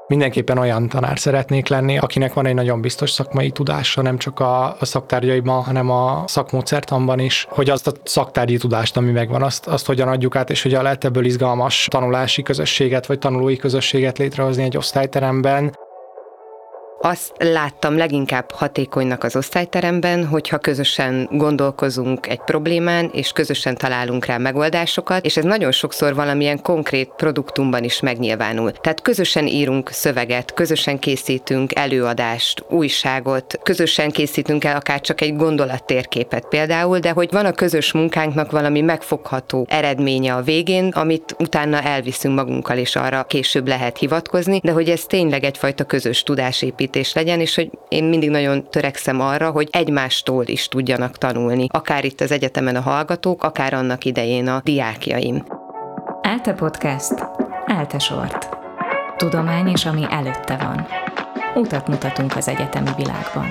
Mindenképpen olyan tanár szeretnék lenni, akinek van egy nagyon biztos szakmai tudása, nem csak a szaktárgyaiban, hanem a szakmódszertanban is, hogy azt a szaktárgyi tudást, ami megvan, azt hogyan adjuk át, és hogyan lehet ebből izgalmas tanulási közösséget, vagy tanulói közösséget létrehozni egy osztályteremben. Azt láttam leginkább hatékonynak az osztályteremben, hogyha közösen gondolkozunk egy problémán, és közösen találunk rá megoldásokat, és ez nagyon sokszor valamilyen konkrét produktumban is megnyilvánul. Tehát közösen írunk szöveget, közösen készítünk előadást, újságot, közösen készítünk el akár csak egy gondolattérképet például, de hogy van a közös munkánknak valami megfogható eredménye a végén, amit utána elviszünk magunkkal, és arra később lehet hivatkozni, de hogy ez tényleg egyfajta közös tudásépítés legyen, és hogy én mindig nagyon törekszem arra, hogy egymástól is tudjanak tanulni. Akár itt az egyetemen a hallgatók, akár annak idején a diákjaim. ELTE Podcast. ELTE Sort. Tudomány és ami előtte van. Utat mutatunk az egyetemi világban.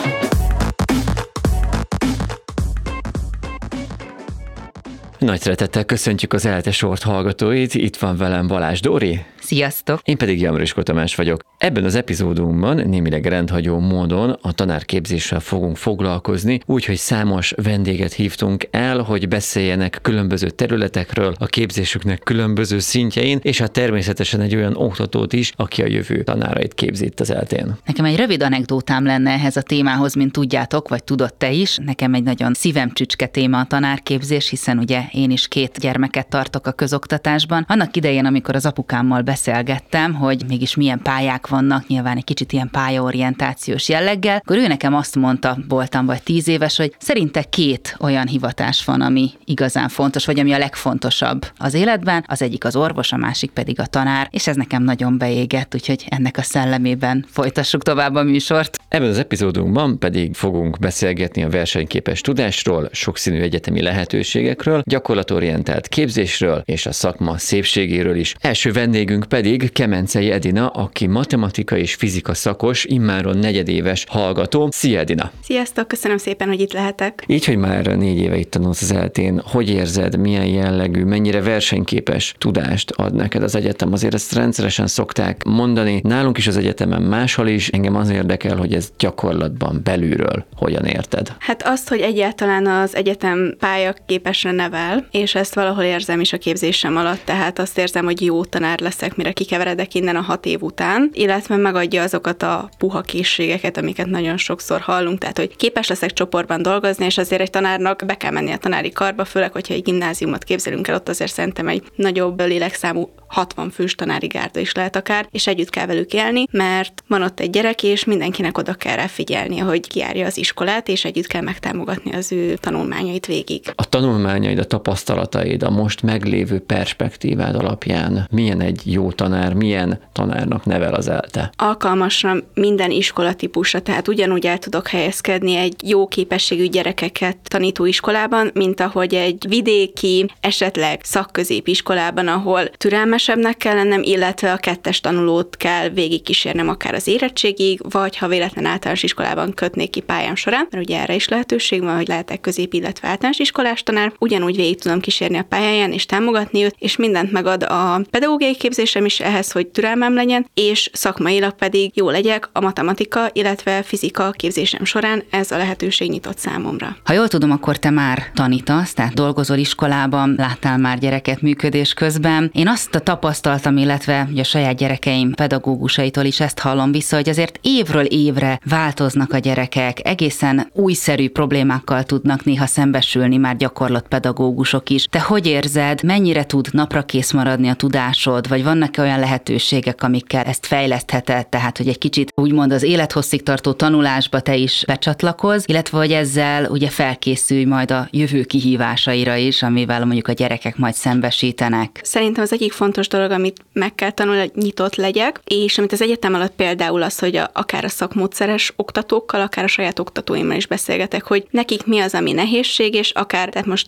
Nagy szeretettel köszöntjük az ELTE Sort hallgatóit, itt van velem Balázs Dóri. Sziasztok! Én pedig Jamriskó Tamás vagyok. Ebben az epizódunkban némileg rendhagyó módon a tanárképzéssel fogunk foglalkozni, úgyhogy számos vendéget hívtunk el, hogy beszéljenek különböző területekről, a képzésüknek különböző szintjein, és hát természetesen egy olyan oktatót is, aki a jövő tanárait képzi itt az ELTE-n. Nekem egy rövid anekdótám lenne ehhez a témához, mint tudjátok, vagy tudod te is. Nekem egy nagyon szívemcsücske téma a tanárképzés, hiszen ugye én is 2 gyermeket tartok a közoktatásban. Annak idején, amikor az apukámmal beszélgettem, hogy mégis milyen pályák vannak, nyilván egy kicsit ilyen pályaorientációs jelleggel, akkor ő nekem azt mondta, voltam vagy 10 éves, hogy szerinte 2 olyan hivatás van, ami igazán fontos, vagy ami a legfontosabb az életben, az egyik az orvos, a másik pedig a tanár, és ez nekem nagyon beégett, úgyhogy ennek a szellemében folytassuk tovább a műsort. Ebben az epizódunkban pedig fogunk beszélgetni a versenyképes tudásról, sokszínű egyetemi lehetőségekről, gyakorlatorientált képzésről és a szakma szépségéről is. Első vendégünk pedig Kemencei Edina, aki matematika és fizika szakos, immáron 4. éves hallgató. Szia Edina! Sziasztok, köszönöm szépen, hogy itt lehetek. Így, hogy már 4 éve itt tanulsz az ELTE-n, hogy érzed, milyen jellegű, mennyire versenyképes tudást ad neked az egyetem? Azért ezt rendszeresen szokták mondani, nálunk is az egyetemen, máshol is. Engem az érdekel, hogy ez gyakorlatban belülről hogyan érted? Hát azt, hogy egyáltalán az egyetem pályaképesre nevel, és ezt valahol érzem is a képzésem alatt, tehát azt érzem, hogy jó tanár leszek, mire kikeveredek innen a 6 év után, illetve megadja azokat a puha készségeket, amiket nagyon sokszor hallunk, tehát hogy képes leszek csoportban dolgozni, és azért egy tanárnak be kell menni a tanári karba, főleg, hogyha egy gimnáziumot képzelünk el, ott azért szerintem egy nagyobb lélekszámú 60 fős tanári gárda is lehet akár, és együtt kell velük élni, mert van ott egy gyerek, és mindenkinek oda kell rá figyelni, hogy kijárja az iskolát, és együtt kell megtámogatni az ő tanulmányait végig. A tanulmányaid, a tapasztalataid, a most meglévő perspektívád alapján milyen egy jó tanár, milyen tanárnak nevel az ELTE? Alkalmasra minden iskolatípusra, tehát ugyanúgy el tudok helyezkedni egy jó képességű gyerekeket tanító iskolában, mint ahogy egy vidéki, esetleg szakközépiskolában, ahol türelmesebbnek kell lennem, illetve a 2. tanulót kell végigkísérnem akár az érettségig, vagy ha véletlen általános iskolában kötnék ki pályám során, mert ugye erre is lehetőség van, hogy lehetek közép, illetve általános iskolás tanár, ugyanúgy végig tudom kísérni a pályáján és támogatni őt, és mindent megad a pedagógiai képzésem is ehhez, hogy türelmem legyen, és szakmailag pedig jó legyek a matematika, illetve fizika képzésem során, ez a lehetőség nyitott számomra. Ha jól tudom, akkor te már tanítasz, tehát dolgozol iskolában, láttál már gyereket működés közben. Én azt tapasztaltam, illetve ugye a saját gyerekeim pedagógusaitól is ezt hallom vissza, hogy azért évről évre változnak a gyerekek, egészen újszerű problémákkal tudnak néha szembesülni már gyakorlott pedagógusok is. Te hogy érzed, mennyire tud naprakész maradni a tudásod, vagy vannak olyan lehetőségek, amikkel ezt fejlesztheted, tehát hogy egy kicsit úgymond az élethosszig tartó tanulásba te is becsatlakozz, illetve hogy ezzel ugye felkészülj majd a jövő kihívásaira is, amivel mondjuk a gyerekek majd szembesítenek. Szerintem az egyik fontos dolog, amit meg kell tanulni, hogy nyitott legyek, és amit az egyetem alatt például az, hogy akár a szakmódszeres oktatókkal, akár a saját oktatóimmal is beszélgetek, hogy nekik mi az, ami nehézség, és akár, tehát most az internet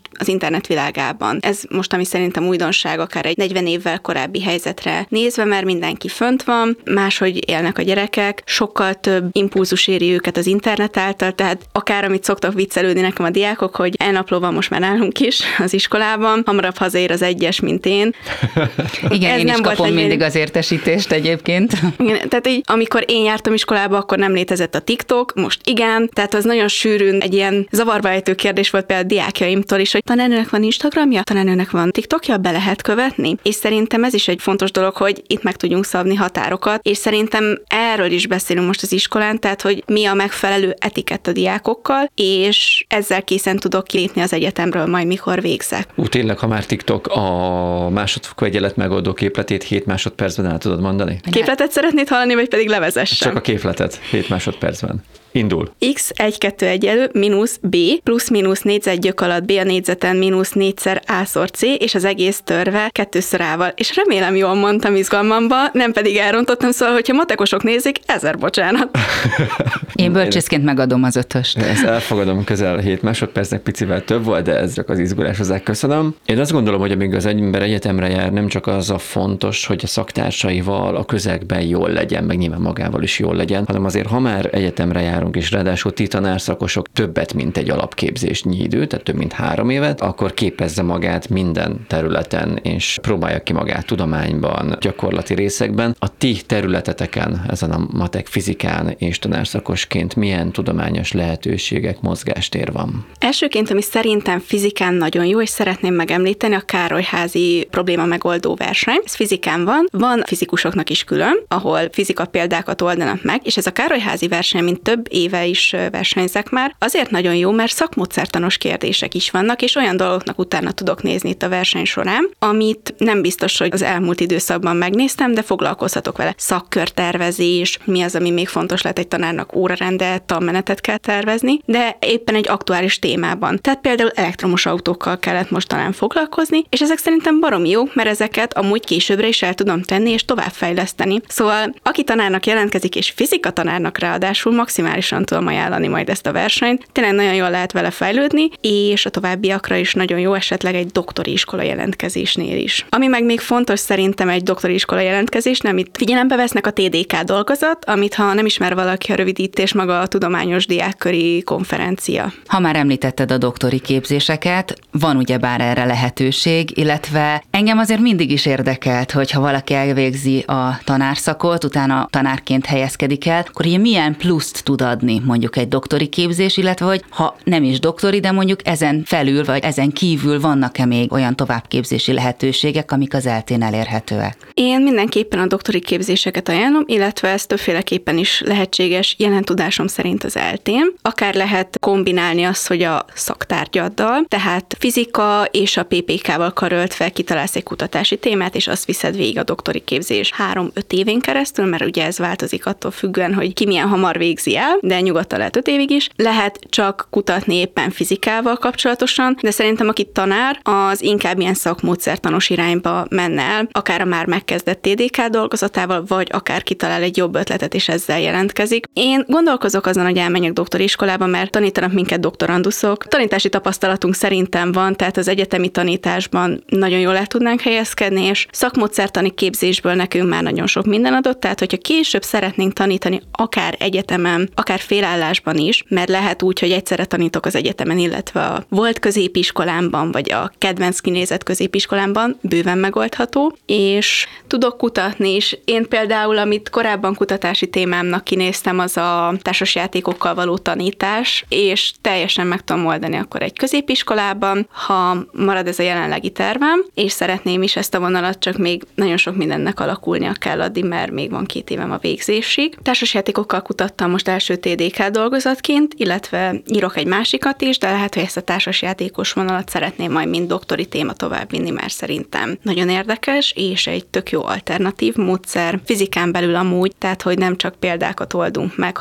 internet világában. Ez most, ami szerintem újdonság, akár egy 40 évvel korábbi helyzetre nézve, mert mindenki fönt van, máshogy élnek a gyerekek, sokkal több impulzus éri őket az internet által, tehát akár amit szoktak viccelődni nekem a diákok, hogy e-napló van most már nálunk is az iskolában, hamarabb hazaér az egyes, mint én. Igen, én is kapom mindig az értesítést egyébként. Igen, tehát így, amikor én jártam iskolába, akkor nem létezett a TikTok, most igen, tehát az nagyon sűrűn egy ilyen zavarba ejtő kérdés volt például a diákjaimtól is, hogy tanárnőnek van Instagramja, tanárnőnek van TikTokja, be lehet követni. És szerintem ez is egy fontos dolog, hogy itt meg tudjunk szabni határokat, és szerintem erről is beszélünk most az iskolán, tehát hogy mi a megfelelő etikett a diákokkal, és ezzel készen tudok kilépni az egyetemről majd, mikor végzek. Tényleg, ha már TikTok, a másodfokú egyenlet megoldó képletét 7 másodpercben el tudod mondani? Képletet szeretnéd hallani, vagy pedig levezessem? Csak a képletet 7 másodpercben. Indul. X 1, 2 egyenlő mínusz B plusz mínusz négyzetgyök alatt B a négyzeten mínusz 4-szer A-szor C, és az egész törve 2-ször A-val. És remélem jól mondtam izgalmamba, nem pedig elrontottam, szóval, hogyha matekosok nézik, 1000 bocsánat. Én bölcsészként megadom az 5-öst. Ezt elfogadom, közel 7 másodpercnek picivel több volt, de ez csak az izgulás, hozzá köszönöm. Én azt gondolom, hogy amíg az ember egyetemre jár, nem csak az a fontos, hogy a szaktársaival a közegben jól legyen, meg nyilván magával is jól legyen, hanem azért, ha már egyetemre jár, és ráadásul ti tanárszakosok többet, mint egy alapképzésnyi idő, tehát több mint 3 évet, akkor képezze magát minden területen, és próbálja ki magát tudományban, gyakorlati részekben. A ti területeteken, ezen a matek, fizikán és tanárszakosként milyen tudományos lehetőségek, mozgástér van? Elsőként, ami szerintem fizikán nagyon jó, és szeretném megemlíteni, a Károly-házi probléma megoldó verseny. Ez fizikán van fizikusoknak is külön, ahol fizika példákat oldanak meg, és ez a Károly-házi verseny, mint több éve is versenyzek már. Azért nagyon jó, mert szakmódszertanos kérdések is vannak, és olyan dolgoknak utána tudok nézni itt a verseny során, amit nem biztos, hogy az elmúlt időszakban megnéztem, de foglalkozhatok vele. Szakkörtervezés, mi az, ami még fontos lehet egy tanárnak, órarendet, tanmenetet kell tervezni, de éppen egy aktuális témában. Tehát például elektromos autókkal kellett most talán foglalkozni, és ezek szerintem baromi jók, mert ezeket amúgy későbbre is el tudom tenni és továbbfejleszteni. Szóval aki tanárnak jelentkezik, és fizika tanárnak ráadásul maximálisan tudom ajánlani majd ezt a versenyt. Tényleg nagyon jól lehet vele fejlődni, és a továbbiakra is nagyon jó, esetleg egy doktori iskola jelentkezésnél is. Ami meg még fontos szerintem egy doktori iskola jelentkezésnél, amit figyelembe vesznek, a TDK dolgozat, amit ha nem ismer valaki a rövidítés, maga a tudományos diákköri konferencia. Ha már említetted a doktori képzéseket, van ugyebár erre lehetőség, illetve engem azért mindig is érdekelt, hogy ha valaki elvégzi a tanárszakot, utána tanárként helyezkedik el, akkor ugye milyen pluszt tud adni mondjuk egy doktori képzés, illetve hogy ha nem is doktori, de mondjuk ezen felül vagy ezen kívül vannak-e még olyan továbbképzési lehetőségek, amik az ELTE-n elérhetőek? Én mindenképpen a doktori képzéseket ajánlom, illetve ez többféleképpen is lehetséges jelen tudásom szerint az ELTE-n. Akár lehet kombinálni azt, hogy a szaktárgyaddal, tehát fizika és a PPK-val karöltve kitalálsz egy kutatási témát, és azt viszed végig a doktori képzés 3-5 évén keresztül, mert ugye ez változik attól függően, hogy ki milyen hamar végzi el, de nyugodtan lehet 5 évig is. Lehet csak kutatni éppen fizikával kapcsolatosan, de szerintem aki tanár, az inkább ilyen szakmódszertanos irányba menne el, akár a már megkezdett TDK dolgozatával, vagy akár kitalál egy jobb ötletet, és ezzel jelentkezik. Én gondolkozok azon, hogy elmenjek doktori iskolába, mert tanítanak minket doktoranduszok. Tanítási tapasztalatunk szerintem van, tehát az egyetemi tanításban nagyon jól el tudnánk helyezkedni, és szakmódszertani képzésből nekünk már nagyon sok minden adott, tehát hogyha később szeretnénk tanítani akár egyetemen, akár félállásban is, mert lehet úgy, hogy egyszerre tanítok az egyetemen, illetve a volt középiskolámban, vagy a kedvenc kinézett középiskolámban, bőven megoldható, és tudok kutatni is. Én például, amit korábban kutatási témámnak kinéztem, az a társasjátékokkal való tanítás, és teljesen meg tudom oldani akkor egy középiskolában, ha marad ez a jelenlegi tervem, és szeretném is ezt a vonalat, csak még nagyon sok mindennek alakulnia kell addig, mert még van 2 évem a végzésig. Társasjátékokkal kutattam most első TDK dolgozatként, illetve írok egy másikat is, de lehet, hogy ezt a társasjátékos vonalat szeretném majd mind doktori téma továbbvinni, mert szerintem nagyon érdekes, és egy tök jó alternatív módszer fizikán belül amúgy, tehát hogy nem csak példákat oldunk meg, hanem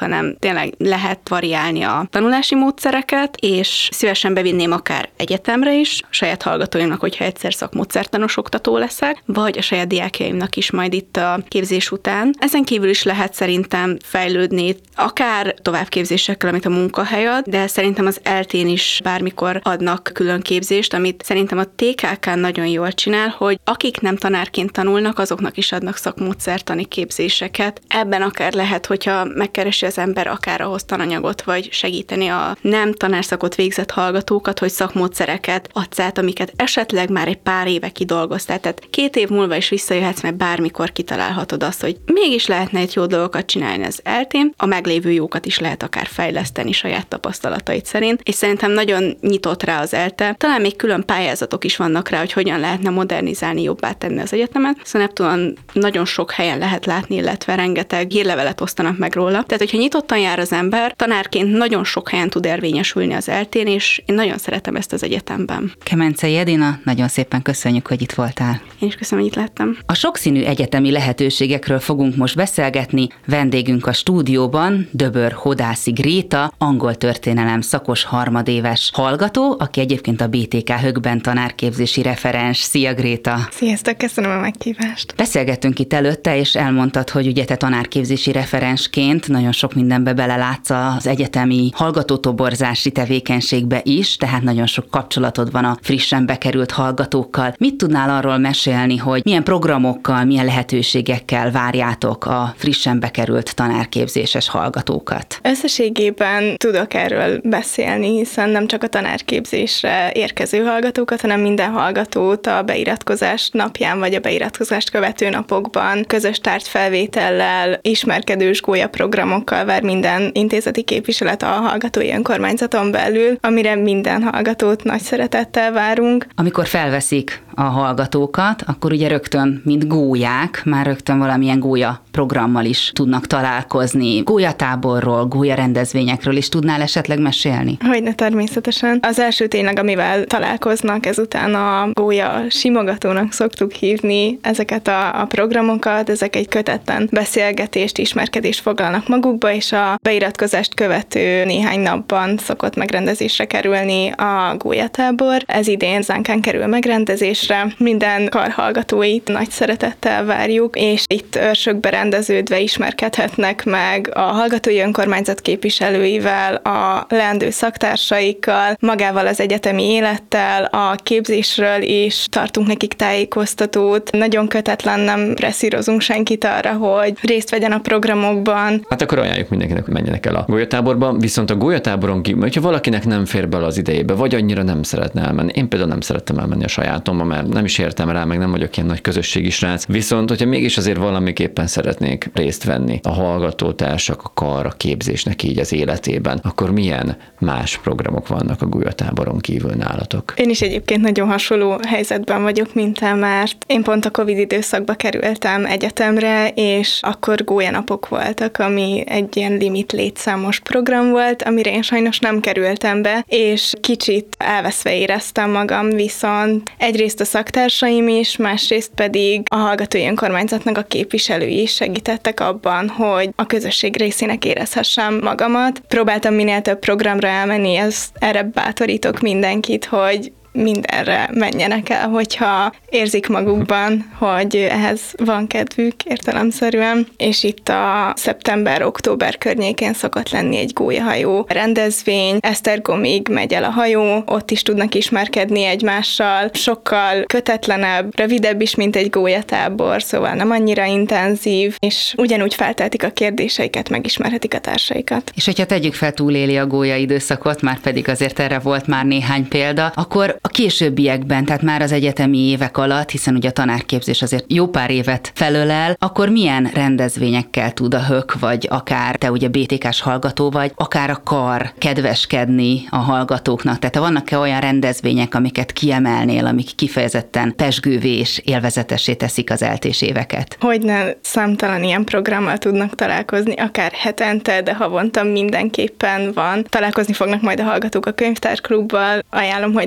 hanem tényleg lehet variálni a tanulási módszereket, és szívesen bevinném akár egyetemre is, a saját hallgatóimnak, hogyha egyszer szakmódszertanos oktató leszek, vagy a saját diákjaimnak is majd itt a képzés után. Ezen kívül is lehet szerintem fejlődni, akár továbbképzésekkel, amit a munkahely ad, de szerintem az ELTÉN is bármikor adnak külön képzést, amit szerintem a TKK nagyon jól csinál, hogy akik nem tanárként tanulnak, azoknak is adnak szakmódszertani képzéseket. Ebben akár lehet, hogyha megkeresi az ember akár ahhoz tananyagot, vagy segíteni a nem tanárszakot végzett hallgatókat, hogy szakmódszereket adsz át, amiket esetleg már egy pár éve kidolgoztál. Tehát 2 év múlva is visszajöhetsz, mert bármikor kitalálhatod azt, hogy mégis lehetne egy jó dolgokat csinálni az ELTÉN, a meglévő jókat is lehet akár fejleszteni saját tapasztalatait szerint, és szerintem nagyon nyitott rá az ELTE. Talán még külön pályázatok is vannak rá, hogy hogyan lehetne modernizálni, jobbá tenni az egyetemet. Szóval Neptunon nagyon sok helyen lehet látni, illetve rengeteg hírlevelet osztanak meg róla. Tehát, hogyha nyitottan jár az ember, tanárként nagyon sok helyen tud érvényesülni az ELTÉN, és én nagyon szeretem ezt az egyetemben. Kemencei Edina, nagyon szépen köszönjük, hogy itt voltál. Én is köszönöm, hogy itt lettem. A sokszínű egyetemi lehetőségekről fogunk most beszélgetni. Vendégünk a stúdióban Döbör Hodászi Gréta, angol történelem szakos harmadéves hallgató, aki egyébként a BTK Högben tanárképzési referens. Szia Gréta! Sziasztok, köszönöm a meghívást! Beszélgettünk itt előtte, és elmondtad, hogy ugye te tanárképzési referensként nagyon sok mindenbe belelátsz az egyetemi hallgatótoborzási tevékenységbe is, tehát nagyon sok kapcsolatod van a frissen bekerült hallgatókkal. Mit tudnál arról mesélni, hogy milyen programokkal, milyen lehetőségekkel várjátok a frissen bekerült tanárképzéses hallgatókat? Összességében tudok erről beszélni, hiszen nem csak a tanárképzésre érkező hallgatókat, hanem minden hallgatót a beiratkozás napján vagy a beiratkozást követő napokban közös tárgyfelvétellel, ismerkedős gólyaprogramokkal vár minden intézeti képviselet a hallgatói önkormányzaton belül, amire minden hallgatót nagy szeretettel várunk. Amikor felveszik a hallgatókat, akkor ugye rögtön, mint gólyák, már rögtön valamilyen gólya programmal is tudnak találkozni. Gólyatáborról, gólyarendezvényekről is tudnál esetleg mesélni? Hogyne, természetesen. Az első tényleg, amivel találkoznak, ezután a gólya simogatónak szoktuk hívni ezeket a programokat, ezek egy kötetlen beszélgetést, ismerkedést foglalnak magukba, és a beiratkozást követő néhány napban szokott megrendezésre kerülni a gólyatábor. Ez idén Zánkán kerül megrendezésre. Minden karhallgatóit nagy szeretettel várjuk, és itt őrsökbe rendeződve ismerkedhetnek meg a hallgatói önkormányzat képviselőivel, a leendő szaktársaikkal, magával az egyetemi élettel, a képzésről is tartunk nekik tájékoztatót. Nagyon kötetlen, nem presszírozunk senkit arra, hogy részt vegyen a programokban. Hát akkor ajánljuk mindenkinek, hogy menjenek el a gólyatáborba, viszont a gólyatáboron kívül, hogyha valakinek nem fér bele az idejébe, vagy annyira nem szeretne elmenni. Én például nem szerettem elmenni a sajátomba, mert nem is értem rá, meg nem vagyok ilyen nagy közösségi srác. Viszont, hogyha mégis azért valamiképpen szeretnék részt venni a hallgatótársak, a kar, a képzésnek így az életében, akkor milyen más programok vannak a gólyatáboron kívül nálatok? Én is egyébként nagyon hasonló helyzetben vagyok, mint te, mert én pont a Covid időszakba kerültem egyetemre, és akkor gólyanapok voltak, ami egy ilyen limit létszámos program volt, amire én sajnos nem kerültem be, és kicsit elveszve éreztem magam, viszont egyrészt a szaktársaim is, másrészt pedig a hallgatói önkormányzatnak a képviselői is segítettek abban, hogy a közösség részének érezhessem magamat. Próbáltam minél több programra elmenni, erre bátorítok mindenkit, hogy mindenre menjenek el, hogyha érzik magukban, hogy ehhez van kedvük értelemszerűen, és itt a szeptember-október környékén szokott lenni egy gólyahajó rendezvény, Esztergomig megy el a hajó, ott is tudnak ismerkedni egymással, sokkal kötetlenebb, rövidebb is, mint egy gólyatábor, szóval nem annyira intenzív, és ugyanúgy felteltik a kérdéseiket, megismerhetik a társaikat. És hogyha tegyük fel, túléli a gólya időszakot, már pedig azért erre volt már néhány példa, akkor a későbbiekben, tehát már az egyetemi évek alatt, hiszen ugye a tanárképzés azért jó pár évet felölel, akkor milyen rendezvényekkel tud a HÖK, vagy akár te ugye BTK-s hallgató vagy, akár a kar kedveskedni a hallgatóknak? Tehát vannak-e olyan rendezvények, amiket kiemelnél, amik kifejezetten pezsgővé és élvezetessé teszik az eltés éveket? Hogyne, számtalan ilyen programmal tudnak találkozni, akár hetente, de havonta mindenképpen van. Találkozni fognak majd a hallgatók a könyvtárklubbal, ajánlom, hogy látogassanak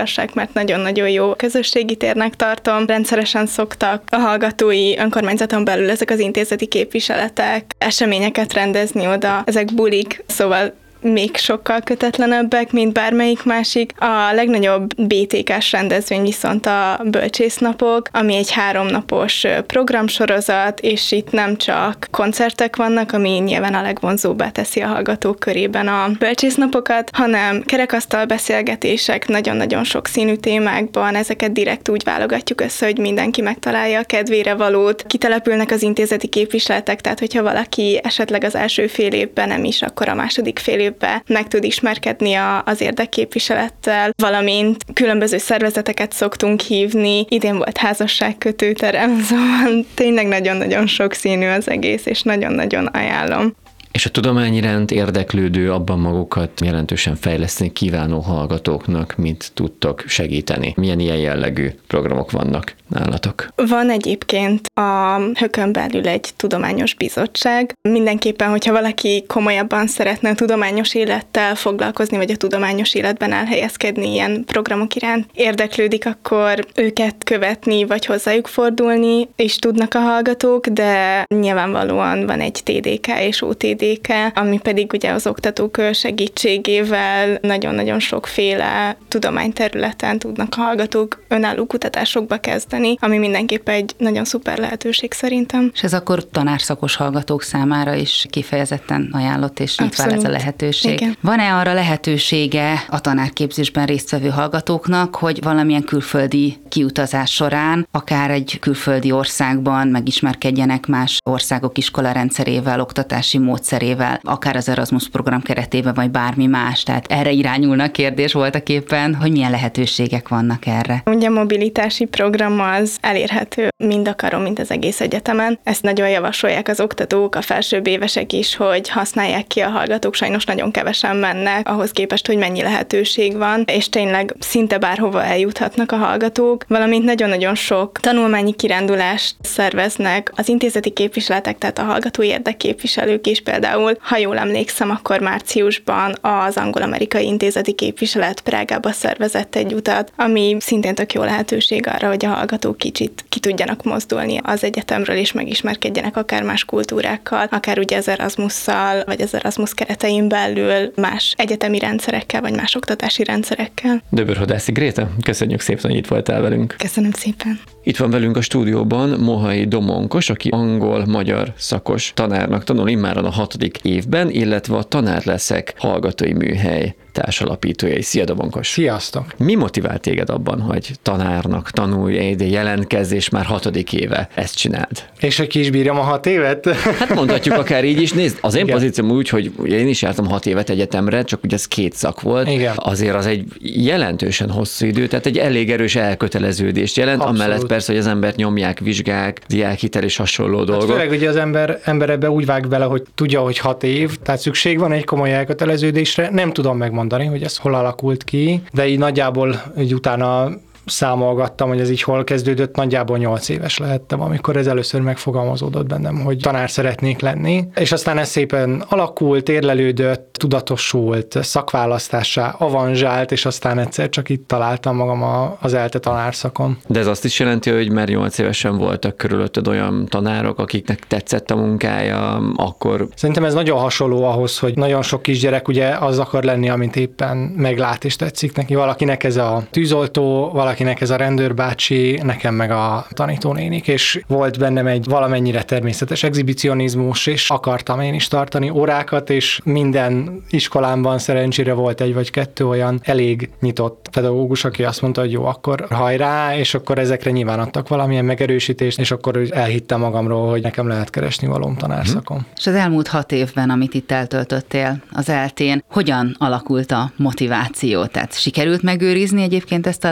igazság, mert nagyon-nagyon jó közösségi térnek tartom. Rendszeresen szoktak a hallgatói önkormányzaton belül ezek az intézeti képviseletek eseményeket rendezni oda, ezek bulik, szóval még sokkal kötetlenebbek, mint bármelyik másik. A legnagyobb BTK-s rendezvény viszont a bölcsésznapok, ami egy 3 napos programsorozat, és itt nem csak koncertek vannak, ami nyilván a legvonzóbbá teszi a hallgatók körében a bölcsésznapokat, hanem kerekasztal beszélgetések nagyon-nagyon sok színű témákban, ezeket direkt úgy válogatjuk össze, hogy mindenki megtalálja a kedvére valót. Kitelepülnek az intézeti képviseletek, tehát hogyha valaki esetleg az első fél évben nem is, akkor a második fél évben meg tud ismerkedni az érdekképviselettel, valamint különböző szervezeteket szoktunk hívni. Idén volt házasságkötőterem, szóval tényleg nagyon-nagyon sokszínű az egész, és nagyon-nagyon ajánlom. És a tudomány iránt érdeklődő, abban magukat jelentősen fejleszteni kívánó hallgatóknak mit tudtok segíteni? Milyen ilyen jellegű programok vannak nálatok? Van egyébként a Hökön belül egy tudományos bizottság. Mindenképpen, hogyha valaki komolyabban szeretne a tudományos élettel foglalkozni, vagy a tudományos életben elhelyezkedni, ilyen programok iránt érdeklődik, akkor őket követni, vagy hozzájuk fordulni is tudnak a hallgatók, de nyilvánvalóan van egy TDK és OTDK, ami pedig ugye az oktatók segítségével nagyon-nagyon sokféle tudományterületen tudnak a hallgatók önálló kutatásokba kezdeni, ami mindenképpen egy nagyon szuper lehetőség szerintem. És ez akkor tanárszakos hallgatók számára is kifejezetten ajánlott, és nyitva ez a lehetőség. Igen. Van-e arra lehetősége a tanárképzésben résztvevő hallgatóknak, hogy valamilyen külföldi kiutazás során, akár egy külföldi országban megismerkedjenek más országok iskolarendszerével, oktatási módszerével, akár az Erasmus program keretében, vagy bármi más? Tehát erre irányulna a kérdés voltaképpen, hogy milyen lehetőségek vannak erre. Ugye a mobilitási program az elérhető mind a karon, mind az egész egyetemen. Ezt nagyon javasolják az oktatók, a felsőbb évesek is, hogy használják ki, a hallgatók sajnos nagyon kevesen mennek, ahhoz képest, hogy mennyi lehetőség van, és tényleg szinte bárhova eljuthatnak a hallgatók, valamint nagyon-nagyon sok tanulmányi kirándulást szerveznek az intézeti képviseletek, tehát a hallgatói érdekképviselők is. Például, ha jól emlékszem, akkor márciusban az angol-amerikai intézeti képviselet Prágába szervezett egy utat, ami szintén tök jó lehetőség arra, hogy a hallgatók kicsit ki tudjanak mozdulni az egyetemről, és megismerkedjenek akár más kultúrákkal, akár ugye az Erasmusszal, vagy az Erasmus keretein belül más egyetemi rendszerekkel, vagy más oktatási rendszerekkel. Döbörhodászi Gréta, köszönjük szépen, hogy itt voltál velünk. Köszönöm szépen. Itt van velünk a stúdióban Mohai Domonkos, aki angol-magyar szakos tanárnak tanul immáron a 6. évben, illetve a Tanár leszek hallgatói műhely társalapítója. Szia, Domonkos! Sziasztok! Mi motivált téged abban, hogy tanárnak tanulj, de jelentkezz, és már 6. éve ezt csináld? És hogy ki is bírjam a 6 évet? Hát mondhatjuk akár így is. Nézd, az én pozícióm úgy, hogy én is jártam 6 évet egyetemre, csak ugye ez 2 szak volt. Igen. Azért az egy jelentősen hosszú idő, tehát egy elég erős elköteleződést jelent, Abszolút. amellett persze, hogy az embert nyomják vizsgák, diákhitel és hasonló dolgok. Főleg ugye az ember ebbe úgy vág bele, hogy tudja, hogy 6 év, tehát szükség van egy komoly elköteleződésre. Nem tudom megmondani, hogy ez hol alakult ki, de így nagyjából így utána számolgattam, hogy ez így hol kezdődött, nagyjából 8 éves lehettem, amikor ez először megfogalmazódott bennem, hogy tanár szeretnék lenni, és aztán ez szépen alakult, érlelődött, tudatosult, szakválasztássá avanzsált, és aztán egyszer csak itt találtam magam az ELTE tanárszakon. De ez azt is jelenti, hogy már 8 évesen voltak körülötted olyan tanárok, akiknek tetszett a munkája, akkor... Szerintem ez nagyon hasonló ahhoz, hogy nagyon sok kisgyerek ugye az akar lenni, amit éppen meglát és tetszik neki. Valakinek ez a tűzoltó, valakinek ez a rendőrbácsi, nekem meg a tanítónénik, és volt bennem egy valamennyire természetes exhibicionizmus, és akartam én is tartani órákat, és minden iskolámban szerencsére volt 1 vagy 2 olyan elég nyitott pedagógus, aki azt mondta, hogy jó, akkor hajrá, és akkor ezekre nyilván adtak valamilyen megerősítést, és akkor elhittem magamról, hogy nekem lehet keresni valóm tanárszakon. És az elmúlt 6 évben, amit itt eltöltöttél az ELTE-n, hogyan alakult a motiváció? Tehát sikerült megőrizni egyébként ezt a lelkesedést,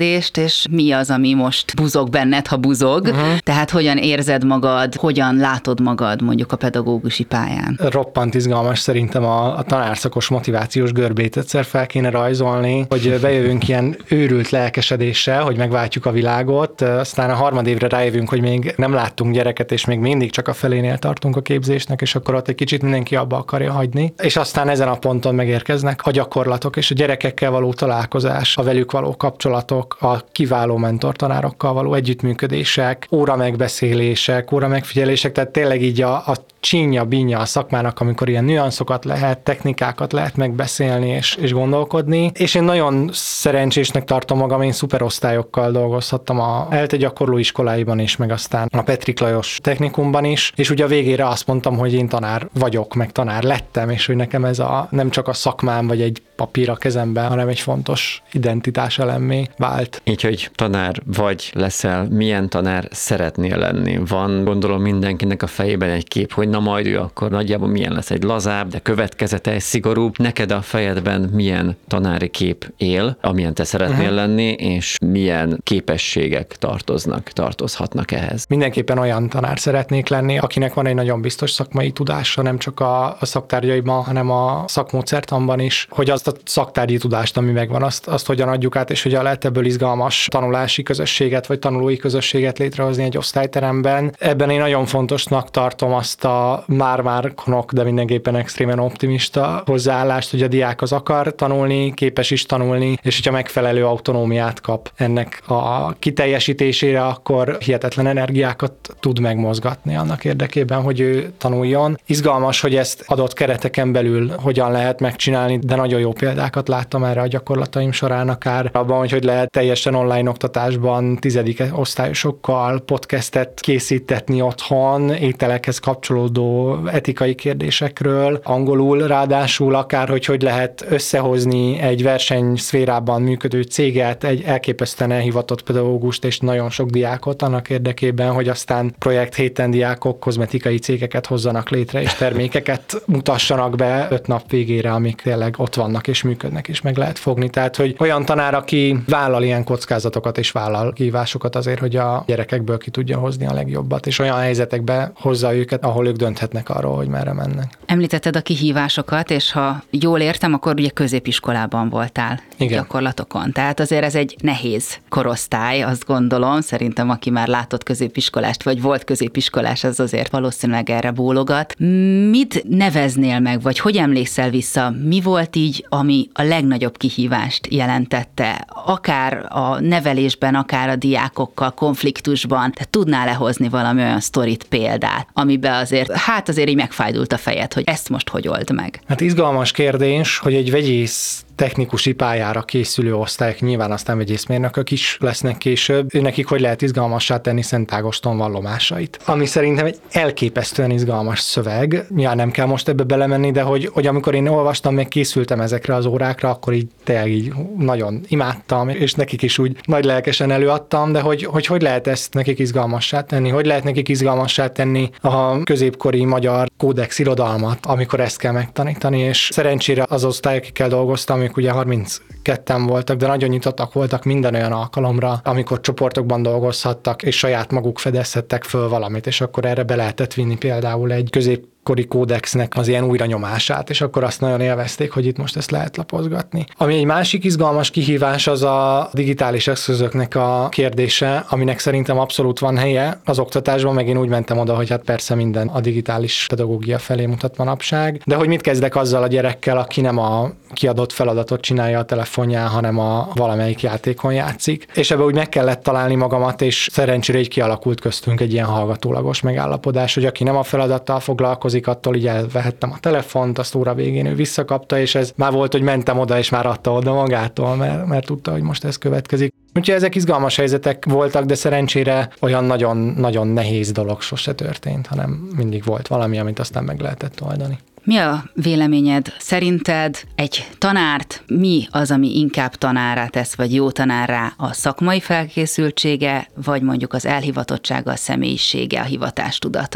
lelkesedést, és mi az, ami most buzog benned, ha buzog. Tehát hogyan érzed magad, hogyan látod magad mondjuk a pedagógusi pályán? Roppant izgalmas szerintem a tanárszakos motivációs görbét egyszer fel kéne rajzolni, hogy bejövünk ilyen őrült lelkesedéssel, hogy megváltjuk a világot, aztán a harmadévre rájövünk, hogy még nem láttunk gyereket, és még mindig csak a felénél tartunk a képzésnek, és akkor ott egy kicsit mindenki abba akarja hagyni. És aztán ezen a ponton megérkeznek a gyakorlatok, és a gyerekekkel való találkozás, a velük való kapcsolatok, a kiváló mentortanárokkal való együttműködések, óra megbeszélések, óra megfigyelések, tehát tényleg így a csínya-bínya a szakmának, amikor ilyen nüanszokat lehet, technikákat lehet megbeszélni és gondolkodni. És én nagyon szerencsésnek tartom magam, én szuperosztályokkal dolgozhattam a ELTE gyakorlóiskoláiban is, meg aztán a Petrik Lajos technikumban is, és ugye a végére azt mondtam, hogy én tanár vagyok, meg tanár lettem, és hogy nekem ez nem csak a szakmám, vagy egy papír a kezemben, hanem egy fontos identitás elemmé vált. Így, hogy tanár vagy leszel, milyen tanár szeretnél lenni? Van, gondolom, mindenkinek a fejében egy kép, hogy na majd ő akkor nagyjából milyen lesz, egy lazább, de következetes, szigorúbb. Neked a fejedben milyen tanári kép él, amilyen te szeretnél lenni, és milyen képességek tartozhatnak ehhez? Mindenképpen olyan tanár szeretnék lenni, akinek van egy nagyon biztos szakmai tudása, nem csak a szaktárgyaiban, hanem a szakmódszertanban is, hogy azt a szaktárgyi tudást, ami megvan, azt hogyan adjuk át, és hogyan lehet ebből izgalmas tanulási közösséget, vagy tanulói közösséget létrehozni egy osztályteremben. Ebben én nagyon fontosnak tartom azt a már konok, de mindenképpen extrémen optimista hozzáállást, hogy a diák az akar tanulni, képes is tanulni, és hogyha megfelelő autonómiát kap ennek a kiteljesítésére, akkor hihetetlen energiákat tud megmozgatni annak érdekében, hogy ő tanuljon. Izgalmas, hogy ezt adott kereteken belül hogyan lehet megcsinálni, de nagyon jó példákat láttam erre a gyakorlataim során, akár abban, hogy lehet teljesen online oktatásban 10. osztályosokkal podcastet készítetni otthon, ételekhez kapcsolódó etikai kérdésekről, angolul ráadásul akár, hogy lehet összehozni egy versenyszférában működő céget, egy elképesztően elhivatott pedagógust és nagyon sok diákot annak érdekében, hogy aztán projekt héten diákok kozmetikai cégeket hozzanak létre és termékeket mutassanak be 5 nap végére, amik tényleg ott vannak és működnek és meg lehet fogni. Tehát, hogy olyan tanár, aki vállal ilyen kockázatokat és vállal kihívásokat azért, hogy a gyerekekből ki tudja hozni a legjobbat, és olyan helyzetekbe hozza őket, ahol ők dönthetnek arról, hogy merre mennek. Említetted a kihívásokat, és ha jól értem, akkor ugye középiskolában voltál. Igen. Gyakorlatokon. Tehát azért ez egy nehéz korosztály, azt gondolom, szerintem aki már látott középiskolást, vagy volt középiskolás, az azért valószínűleg erre bólogat. Mit neveznél meg, vagy hogy emlékszel vissza, mi volt így, ami a legnagyobb kihívást jelentette, akár a nevelésben, akár a diákokkal, konfliktusban, te tudnál lehozni valami olyan sztorit, példát, amiben azért így megfájdult a fejed, hogy ezt most hogy old meg? Hát izgalmas kérdés, hogy egy vegyész technikusi pályára készülő osztályok, nyilván aztán vegyészmérnökök is lesznek később, nekik hogy lehet izgalmassá tenni Szent Ágoston vallomásait. Ami szerintem egy elképesztően izgalmas szöveg, nyilván nem kell most ebbe belemenni, de hogy amikor én olvastam, meg készültem ezekre az órákra, akkor így tényleg így nagyon imádtam, és nekik is úgy nagy lelkesen előadtam, de hogy lehet ezt nekik izgalmassá tenni, hogy lehet nekik izgalmassá tenni a középkori magyar kódex irodalmat, amikor ezt kell megtanítani, és szerencsére az osztály, akikkel dolgoztam, ők ugye 32-en voltak, de nagyon nyitottak voltak minden olyan alkalomra, amikor csoportokban dolgozhattak, és saját maguk fedezhettek föl valamit, és akkor erre be lehetett vinni például egy középkori kódexnek az ilyen újranyomását, és akkor azt nagyon élvezték, hogy itt most ezt lehet lapozgatni. Ami egy másik izgalmas kihívás, az a digitális eszközöknek a kérdése, aminek szerintem abszolút van helye az oktatásban, meg én úgy mentem oda, hogy hát persze minden a digitális pedagógia felé mutat manapság, de hogy mit kezdek azzal a gyerekkel, aki nem a kiadott feladatot csinálja a telefonján, hanem a valamelyik játékon játszik. És ebbe úgy meg kellett találni magamat, és szerencsére így kialakult köztünk egy ilyen hallgatólagos megállapodás, hogy aki nem a feladattal foglalkozik, attól így elvehettem a telefont, azt óra végén ő visszakapta, és ez már volt, hogy mentem oda, és már adta oda magától, mert tudta, hogy most ez következik. Úgyhogy ezek izgalmas helyzetek voltak, de szerencsére olyan nagyon nehéz dolog sose történt, hanem mindig volt valami, amit aztán meg lehetett oldani. Mi a véleményed? Szerinted egy tanárt mi az, ami inkább tanárrá tesz, vagy jó tanárrá, a szakmai felkészültsége, vagy mondjuk az elhivatottsága, a személyisége, a hivatástudata?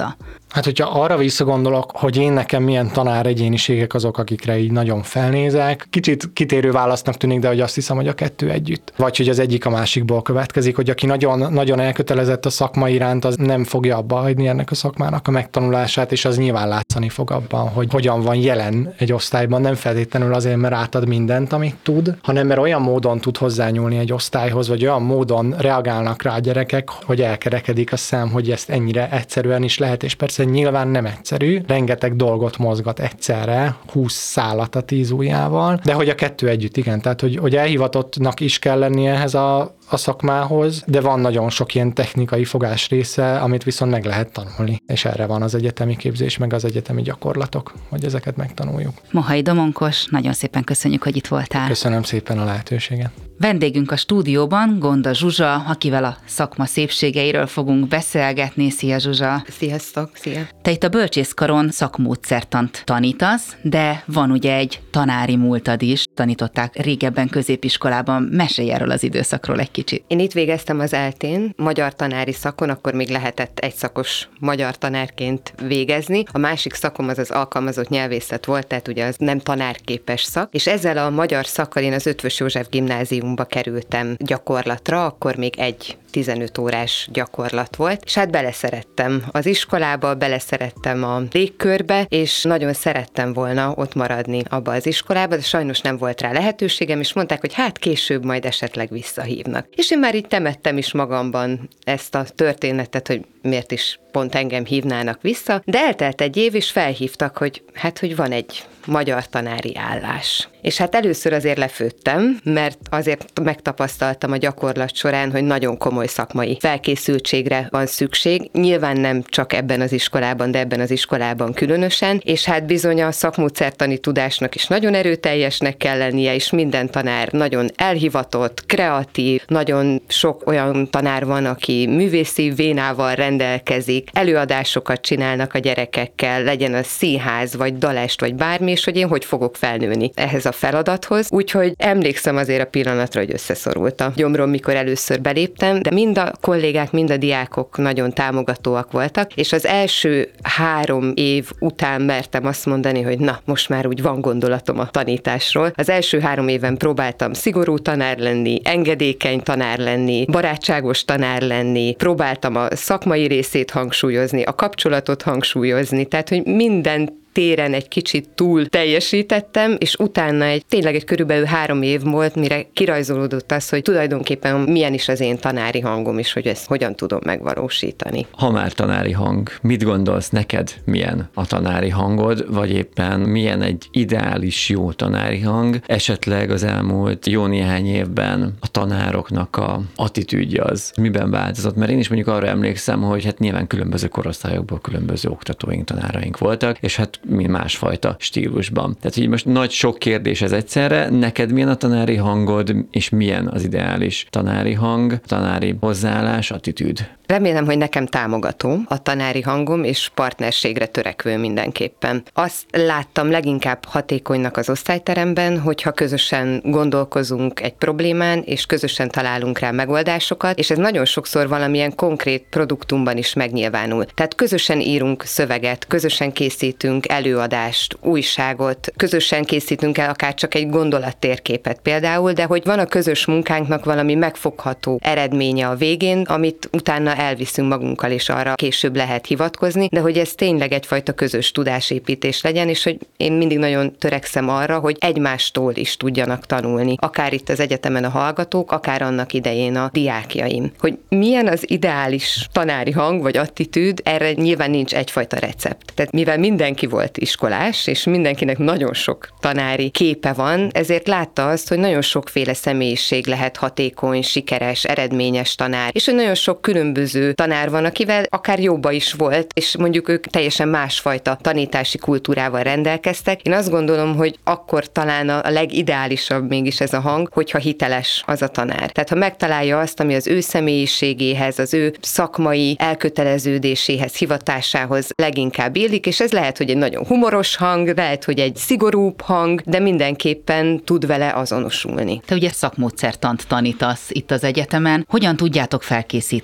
Hát, hogyha arra visszagondolok, hogy én nekem milyen tanár egyéniségek azok, akikre így nagyon felnézek, kicsit kitérő válasznak tűnik, de hogy azt hiszem, hogy a kettő együtt. Vagy hogy az egyik a másikból következik, hogy aki nagyon, nagyon elkötelezett a szakma iránt, az nem fogja abba hagyni ennek a szakmának a megtanulását, és az nyilván látszani fog abban, hogy hogyan van jelen egy osztályban, nem feltétlenül azért, mert átad mindent, amit tud, hanem mert olyan módon tud hozzányúlni egy osztályhoz, vagy olyan módon reagálnak rá a gyerekek, hogy elkerekedik a szem, hogy ezt ennyire egyszerűen is lehet, és persze nyilván nem egyszerű, rengeteg dolgot mozgat egyszerre, 20 szálat a 10 ujjával, de hogy a kettő együtt, igen, tehát hogy elhivatottnak is kell lennie ehhez a szakmához, de van nagyon sok ilyen technikai fogás része, amit viszont meg lehet tanulni, és erre van az egyetemi képzés, meg az egyetemi gyakorlatok, hogy ezeket megtanuljuk. Mohai Domonkos, nagyon szépen köszönjük, hogy itt voltál. Köszönöm szépen a lehetőséget. Vendégünk a stúdióban Gonda Zsuzsa, akivel a szakma szépségeiről fogunk beszélgetni. Szia Zsuzsa! Sziasztok, szia! Te itt a Bölcsészkaron szakmódszertant tanítasz, de van ugye egy tanári múltad is, tanították régebben középiskolában. Mesélj erről az időszakról egy kicsit. Én itt végeztem az ELTÉn, magyar tanári szakon, akkor még lehetett egyszakos magyar tanárként végezni. A másik szakom az alkalmazott nyelvészet volt, tehát ugye az nem tanárképes szak, és ezzel a magyar szakkal én az Eötvös József Gimnáziumba kerültem gyakorlatra, akkor még egy 15 órás gyakorlat volt, és hát beleszerettem az iskolába, beleszerettem a légkörbe, és nagyon szerettem volna ott maradni abba az iskolába, de sajnos nem volt rá lehetőségem, és mondták, hogy hát később majd esetleg visszahívnak. És én már így temettem is magamban ezt a történetet, hogy miért is pont engem hívnának vissza, de eltelt egy év, és felhívtak, hogy van egy magyar tanári állás. És hát először azért lefőttem, mert azért megtapasztaltam a gyakorlat során, hogy nagyon komoly szakmai felkészültségre van szükség. Nyilván nem csak ebben az iskolában, de ebben az iskolában különösen, és hát bizony a szakmódszertani tudásnak is nagyon erőteljesnek kell lennie, és minden tanár nagyon elhivatott, kreatív, nagyon sok olyan tanár van, aki művészi vénával rendelkezik, előadásokat csinálnak a gyerekekkel, legyen az színház, vagy dalest, vagy bármi, és hogy én hogy fogok felnőni ehhez a feladathoz. Úgyhogy emlékszem azért a pillanatra, hogy összeszorult a gyomrom, mikor először beléptem, de mind a kollégák, mind a diákok nagyon támogatóak voltak, és az első 3 év után mertem azt mondani, hogy na, most már úgy van gondolatom a tanításról. Az első 3 éven próbáltam szigorú tanár lenni, engedékeny tanár lenni, barátságos tanár lenni, próbáltam a szakmai részét hangsúlyozni, a kapcsolatot hangsúlyozni, tehát hogy minden téren egy kicsit túl teljesítettem, és utána tényleg egy körülbelül 3 év volt, mire kirajzolódott az, hogy tulajdonképpen milyen is az én tanári hangom, és hogy ezt hogyan tudom megvalósítani. Ha már tanári hang, mit gondolsz neked, milyen a tanári hangod, vagy éppen milyen egy ideális jó tanári hang? Esetleg az elmúlt jó néhány évben a tanároknak a attitűdje az miben változott? Mert én is mondjuk arra emlékszem, hogy hát nyilván különböző korosztályokból különböző oktatóink, tanáraink voltak, és hát mi másfajta stílusban. Tehát így most nagy sok kérdés ez egyszerre. Neked milyen a tanári hangod, és milyen az ideális tanári hang, tanári hozzáállás, attitűd? Remélem, hogy nekem támogató a tanári hangom, és partnerségre törekvő mindenképpen. Azt láttam leginkább hatékonynak az osztályteremben, hogyha közösen gondolkozunk egy problémán, és közösen találunk rá megoldásokat, és ez nagyon sokszor valamilyen konkrét produktumban is megnyilvánul. Tehát közösen írunk szöveget, közösen készítünk előadást, újságot, közösen készítünk el akár csak egy gondolattérképet például, de hogy van a közös munkánknak valami megfogható eredménye a végén, amit utána elviszünk magunkkal, és arra később lehet hivatkozni, de hogy ez tényleg egyfajta közös tudásépítés legyen, és hogy én mindig nagyon törekszem arra, hogy egymástól is tudjanak tanulni, akár itt az egyetemen a hallgatók, akár annak idején a diákjaim. Hogy milyen az ideális tanári hang vagy attitűd, erre nyilván nincs egyfajta recept. Tehát mivel mindenki volt iskolás, és mindenkinek nagyon sok tanári képe van, ezért látta azt, hogy nagyon sokféle személyiség lehet hatékony, sikeres, eredményes tanár, és hogy nagyon sok különböző tanár van, akivel akár jobba is volt, és mondjuk ők teljesen másfajta tanítási kultúrával rendelkeztek. Én azt gondolom, hogy akkor talán a legideálisabb mégis ez a hang, hogyha hiteles az a tanár. Tehát ha megtalálja azt, ami az ő személyiségéhez, az ő szakmai elköteleződéséhez, hivatásához leginkább illik, és ez lehet, hogy egy nagyon humoros hang, lehet, hogy egy szigorúbb hang, de mindenképpen tud vele azonosulni. Te ugye szakmódszertant tanítasz itt az egyetemen. Hogyan tudjátok felkészíteni a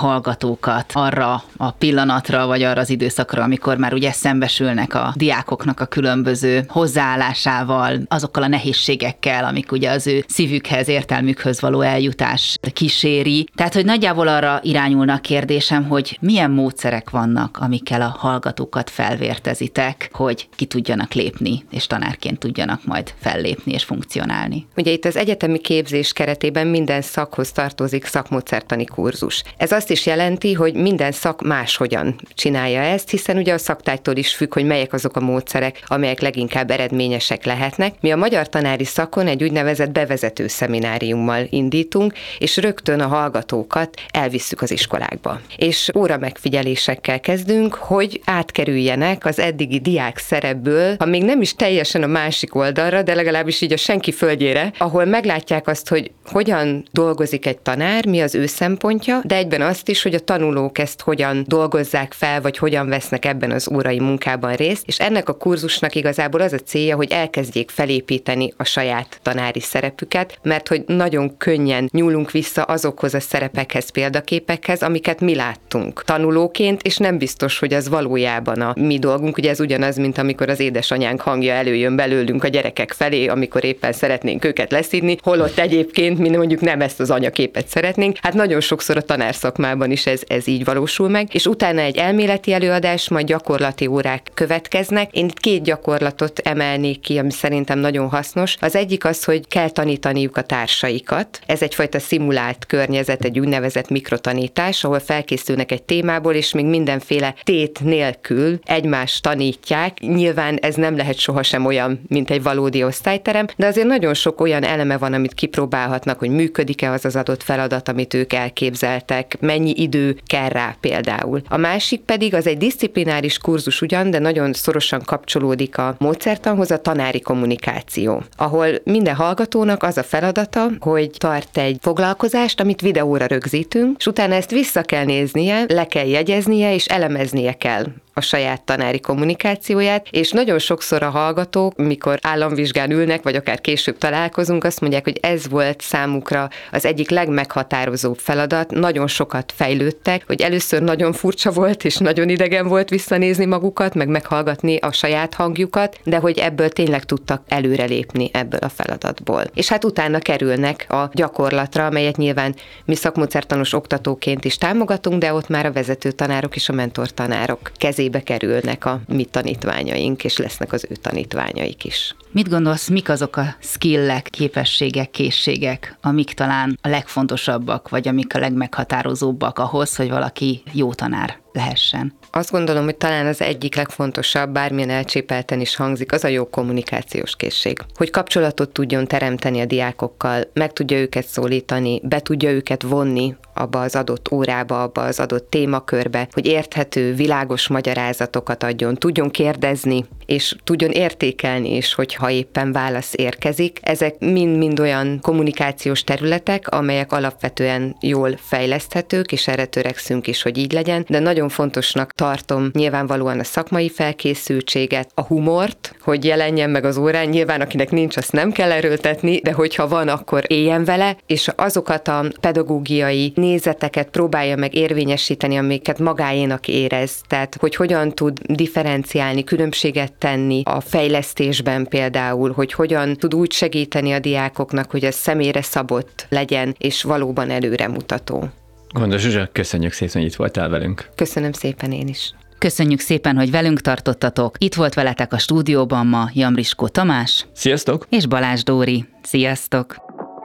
hallgatókat arra a pillanatra, vagy arra az időszakra, amikor már ugye szembesülnek a diákoknak a különböző hozzáállásával, azokkal a nehézségekkel, amik ugye az ő szívükhez, értelmükhöz való eljutás kíséri. Tehát, hogy nagyjából arra irányulna a kérdésem, hogy milyen módszerek vannak, amikkel a hallgatókat felvértezitek, hogy ki tudjanak lépni, és tanárként tudjanak majd fellépni és funkcionálni. Ugye itt az egyetemi képzés keretében minden szakhoz tartozik szakmódszertani kurzus. Ez azt is jelenti, hogy minden szak máshogyan csinálja ezt, hiszen ugye a szaktárgytól is függ, hogy melyek azok a módszerek, amelyek leginkább eredményesek lehetnek. Mi a magyar tanári szakon egy úgynevezett bevezető szemináriummal indítunk, és rögtön a hallgatókat elvisszük az iskolákba. És óra megfigyelésekkel kezdünk, hogy átkerüljenek az eddigi diák szerepből, ha még nem is teljesen a másik oldalra, de legalábbis így a senki földjére, ahol meglátják azt, hogy hogyan dolgozik egy tanár, mi az ő szempontja, de egyben azt is, hogy a tanulók ezt hogyan dolgozzák fel, vagy hogyan vesznek ebben az órai munkában részt, és ennek a kurzusnak igazából az a célja, hogy elkezdjék felépíteni a saját tanári szerepüket, mert hogy nagyon könnyen nyúlunk vissza azokhoz a szerepekhez, példaképekhez, amiket mi láttunk tanulóként, és nem biztos, hogy az valójában a mi dolgunk. Ugye ez ugyanaz, mint amikor az édesanyánk hangja előjön belőlünk a gyerekek felé, amikor éppen szeretnénk őket leszidni, holott egyébként mi mondjuk nem ezt az anyaképet szeretnénk. Hát nagyon sokszor a tanárszakmában is ez így valósul meg, és utána egy elméleti előadás, majd gyakorlati órák következnek. Én itt 2 gyakorlatot emelnék ki, ami szerintem nagyon hasznos. Az egyik az, hogy kell tanítaniuk a társaikat. Ez egyfajta szimulált környezet, egy úgynevezett mikrotanítás, ahol felkészülnek egy témából, és még mindenféle tét nélkül egymást tanítják. Nyilván ez nem lehet sohasem olyan, mint egy valódi osztályterem, de azért nagyon sok olyan eleme van, amit kipróbálhatnak, hogy működik-e az az adott feladat, amit ők elképzeltek, mennyi idő kell rá például. A másik pedig az egy diszciplináris kurzus ugyan, de nagyon szorosan kapcsolódik a módszertanhoz, a tanári kommunikáció, ahol minden hallgatónak az a feladata, hogy tart egy foglalkozást, amit videóra rögzítünk, és utána ezt vissza kell néznie, le kell jegyeznie, és elemeznie kell a saját tanári kommunikációját, és nagyon sokszor a hallgatók, mikor államvizsgán ülnek, vagy akár később találkozunk, azt mondják, hogy ez volt számukra az egyik legmeghatározóbb feladat, nagyon sokat fejlődtek, hogy először nagyon furcsa volt, és nagyon idegen volt visszanézni magukat, meg meghallgatni a saját hangjukat, de hogy ebből tényleg tudtak előrelépni ebből a feladatból. És hát utána kerülnek a gyakorlatra, amelyet nyilván mi szakmódszertanos oktatóként is támogatunk, de ott már a vezető tanárok és a mentortanárok kezébe kerülnek a mi tanítványaink, és lesznek az ő tanítványaik is. Mit gondolsz, mik azok a skillek, képességek, készségek, amik talán a legfontosabbak, vagy amik a legmeghatározóbbak ahhoz, hogy valaki jó tanár lehessen? Azt gondolom, hogy talán az egyik legfontosabb, bármilyen elcsépelten is hangzik, az a jó kommunikációs készség. Hogy kapcsolatot tudjon teremteni a diákokkal, meg tudja őket szólítani, be tudja őket vonni abba az adott órába, abba az adott témakörbe, hogy érthető, világos magyarázatokat adjon, tudjon kérdezni, és tudjon értékelni is, hogyha éppen válasz érkezik. Ezek mind-mind olyan kommunikációs területek, amelyek alapvetően jól fejleszthetők, és erre törekszünk is, hogy így legyen, de nagyon fontosnak tartom nyilvánvalóan a szakmai felkészültséget, a humort, hogy jelenjen meg az órán, nyilván akinek nincs, azt nem kell erőltetni, de hogyha van, akkor éljen vele, és azokat a pedagógiai nézeteket próbálja meg érvényesíteni, amiket magáénak érez. Tehát, hogy hogyan tud differenciálni, különbséget tenni a fejlesztésben például, hogy hogyan tud úgy segíteni a diákoknak, hogy ez személyre szabott legyen, és valóban előremutató. Gondos Zsuzsa, köszönjük szépen, hogy itt voltál velünk. Köszönöm szépen én is. Köszönjük szépen, hogy velünk tartottatok. Itt volt veletek a stúdióban ma Jamriskó Tamás. Sziasztok! És Balázs Dóri. Sziasztok!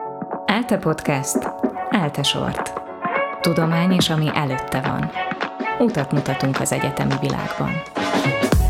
ELTE Podcast. ELTE Sort. Tudomány és ami előtte van. Utat mutatunk az egyetemi világban.